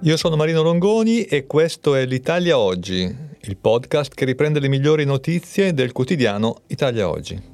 Io sono Marino Longoni e questo è l'Italia Oggi, il podcast che riprende le migliori notizie del quotidiano Italia Oggi.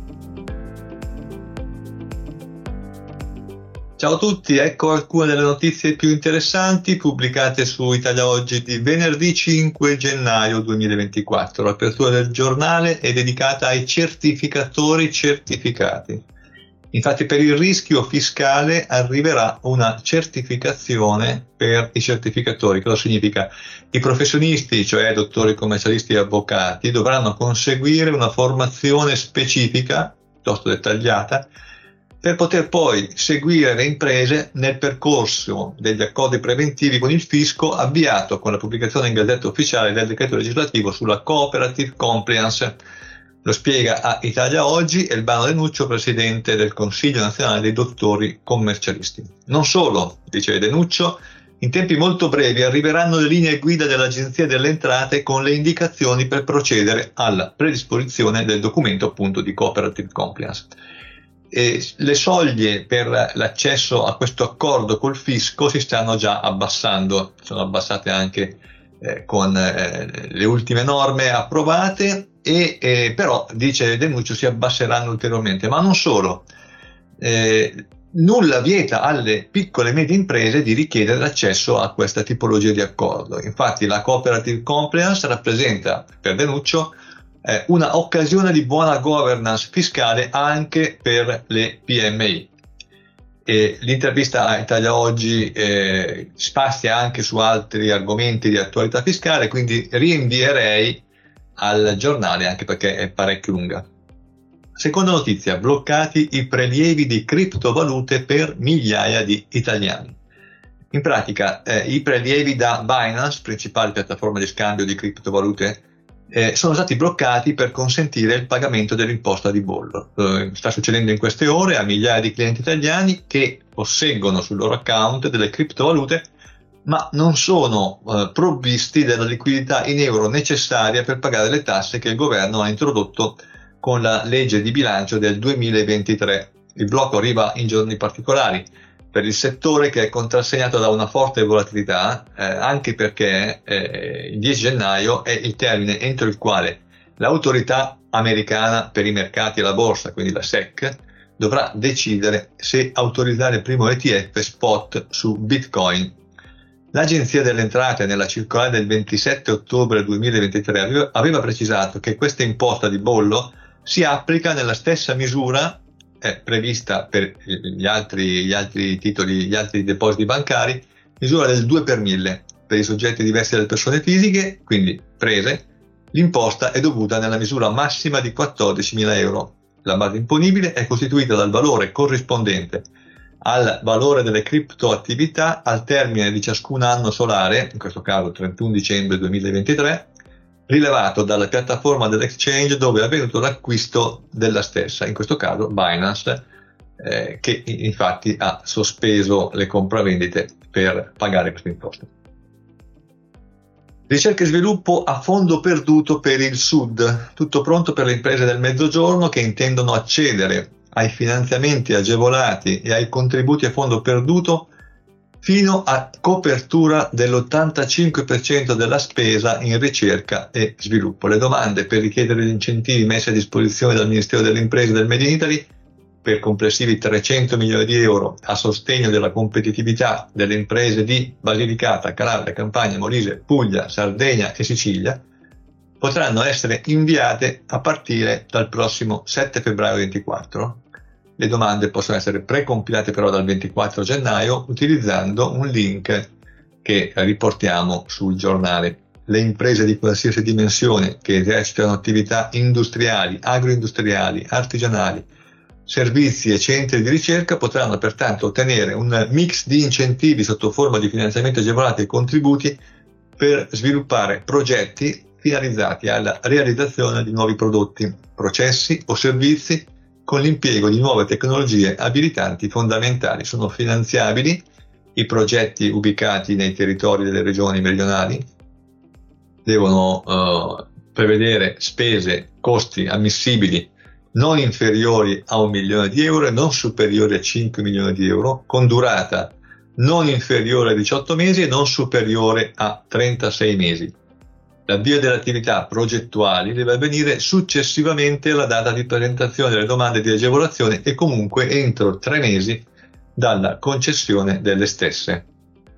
Ciao a tutti, ecco alcune delle notizie più interessanti pubblicate su Italia Oggi di venerdì 5 gennaio 2024. L'apertura del giornale è dedicata ai certificatori certificati. Infatti per il rischio fiscale arriverà una certificazione per i certificatori. Cosa significa? I professionisti, cioè dottori, commercialisti e avvocati, dovranno conseguire una formazione specifica, piuttosto dettagliata, per poter poi seguire le imprese nel percorso degli accordi preventivi con il fisco avviato con la pubblicazione in Gazzetta Ufficiale del decreto legislativo sulla cooperative compliance. Lo spiega a Italia Oggi Elbano Denuccio, presidente del Consiglio Nazionale dei Dottori Commercialisti. Non solo, dice Denuccio, in tempi molto brevi arriveranno le linee guida dell'Agenzia delle Entrate con le indicazioni per procedere alla predisposizione del documento appunto di cooperative compliance. Le soglie per l'accesso a questo accordo col fisco si stanno già abbassando, sono abbassate anche con le ultime norme approvate e però, dice Denuccio, si abbasseranno ulteriormente. Ma non solo, nulla vieta alle piccole e medie imprese di richiedere l'accesso a questa tipologia di accordo. Infatti la cooperative compliance rappresenta per Denuccio una occasione di buona governance fiscale anche per le PMI. E l'intervista a Italia Oggi spazia anche su altri argomenti di attualità fiscale, quindi rinvierei al giornale anche perché è parecchio lunga. Seconda notizia, bloccati i prelievi di criptovalute per migliaia di italiani. In pratica i prelievi da Binance, principale piattaforma di scambio di criptovalute, sono stati bloccati per consentire il pagamento dell'imposta di bollo. Sta succedendo in queste ore a migliaia di clienti italiani che posseggono sul loro account delle criptovalute ma non sono provvisti della liquidità in euro necessaria per pagare le tasse che il governo ha introdotto con la legge di bilancio del 2023. Il blocco arriva in giorni particolari per il settore, che è contrassegnato da una forte volatilità, anche perché il 10 gennaio è il termine entro il quale l'autorità americana per i mercati e la borsa, quindi la SEC, dovrà decidere se autorizzare il primo ETF spot su Bitcoin. L'Agenzia delle Entrate nella circolare del 27 ottobre 2023 aveva precisato che questa imposta di bollo si applica nella stessa misura prevista per gli altri titoli, gli altri depositi bancari, misura del 2 per 1000 per i soggetti diversi dalle persone fisiche, quindi prese. L'imposta è dovuta nella misura massima di 14.000 euro. La base imponibile è costituita dal valore corrispondente al valore delle criptoattività al termine di ciascun anno solare, in questo caso 31 dicembre 2023, rilevato dalla piattaforma dell'exchange dove è avvenuto l'acquisto della stessa, in questo caso Binance, che infatti ha sospeso le compravendite per pagare questa imposta. Ricerca e sviluppo a fondo perduto per il Sud, tutto pronto per le imprese del Mezzogiorno che intendono accedere ai finanziamenti agevolati e ai contributi a fondo perduto fino a copertura dell'85% della spesa in ricerca e sviluppo. Le domande per richiedere gli incentivi messi a disposizione dal Ministero delle Imprese del Made in Italy per complessivi 300 milioni di euro a sostegno della competitività delle imprese di Basilicata, Calabria, Campania, Molise, Puglia, Sardegna e Sicilia potranno essere inviate a partire dal prossimo 7 febbraio 2024. Le domande possono essere precompilate però dal 24 gennaio utilizzando un link che riportiamo sul giornale. Le imprese di qualsiasi dimensione che esercitano attività industriali, agroindustriali, artigianali, servizi e centri di ricerca potranno pertanto ottenere un mix di incentivi sotto forma di finanziamenti agevolati e contributi per sviluppare progetti finalizzati alla realizzazione di nuovi prodotti, processi o servizi con l'impiego di nuove tecnologie abilitanti fondamentali. Sono finanziabili i progetti ubicati nei territori delle regioni meridionali, devono prevedere spese, costi ammissibili non inferiori a 1 milione di euro e non superiori a 5 milioni di euro, con durata non inferiore a 18 mesi e non superiore a 36 mesi. L'avvio delle attività progettuali deve avvenire successivamente alla data di presentazione delle domande di agevolazione e comunque entro 3 mesi dalla concessione delle stesse.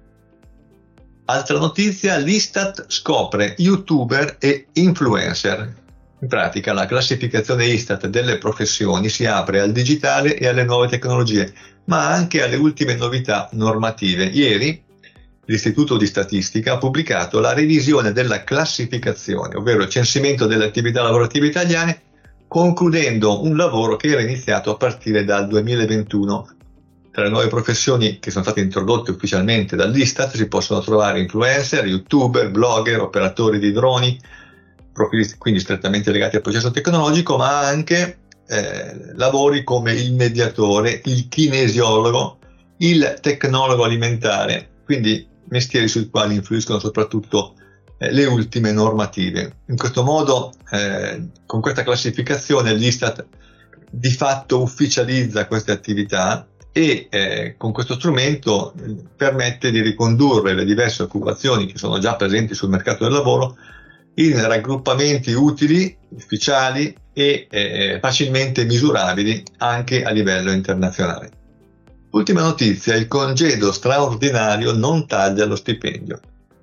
Altra notizia, l'Istat scopre youtuber e influencer. In pratica la classificazione Istat delle professioni si apre al digitale e alle nuove tecnologie, ma anche alle ultime novità normative. Ieri l'Istituto di Statistica ha pubblicato la revisione della classificazione, ovvero il censimento delle attività lavorative italiane, concludendo un lavoro che era iniziato a partire dal 2021. Tra le nuove professioni che sono state introdotte ufficialmente dall'Istat si possono trovare influencer, youtuber, blogger, operatori di droni, profili quindi strettamente legati al processo tecnologico, ma anche lavori come il mediatore, il kinesiologo, il tecnologo alimentare, quindi mestieri sui quali influiscono soprattutto le ultime normative. In questo modo, con questa classificazione, l'Istat di fatto ufficializza queste attività e con questo strumento permette di ricondurre le diverse occupazioni che sono già presenti sul mercato del lavoro in raggruppamenti utili, ufficiali e facilmente misurabili anche a livello internazionale. Ultima notizia, il congedo straordinario non taglia lo stipendio.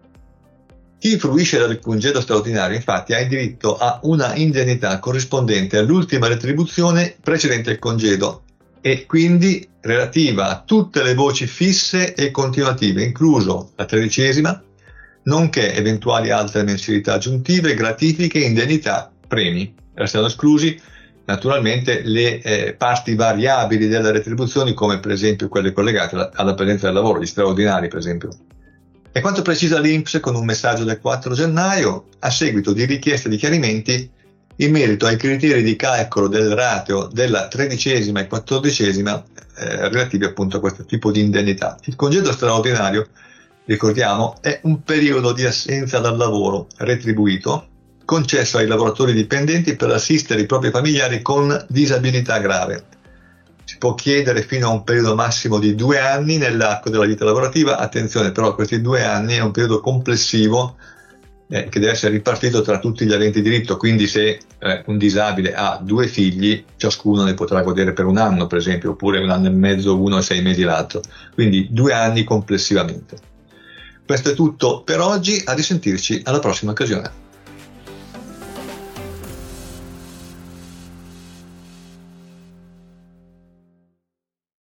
Chi fruisce del congedo straordinario infatti ha diritto a una indennità corrispondente all'ultima retribuzione precedente al congedo e quindi relativa a tutte le voci fisse e continuative, incluso la 13ª, nonché eventuali altre mensilità aggiuntive, gratifiche, indennità, premi. Restano esclusi naturalmente le parti variabili delle retribuzioni, come per esempio quelle collegate alla presenza del lavoro, gli straordinari per esempio. E quanto precisa l'INPS con un messaggio del 4 gennaio, a seguito di richieste di chiarimenti in merito ai criteri di calcolo del rateo della 13ª e 14ª relativi appunto a questo tipo di indennità. Il congedo straordinario, ricordiamo, è un periodo di assenza dal lavoro retribuito concesso ai lavoratori dipendenti per assistere i propri familiari con disabilità grave. Si può chiedere fino a un periodo massimo di 2 anni nell'arco della vita lavorativa. Attenzione però, questi 2 anni è un periodo complessivo che deve essere ripartito tra tutti gli aventi diritto, quindi se un disabile ha 2 figli, ciascuno ne potrà godere per 1 anno per esempio, oppure 1 anno e mezzo uno e 6 mesi l'altro, quindi 2 anni complessivamente. Questo è tutto per oggi, a risentirci alla prossima occasione.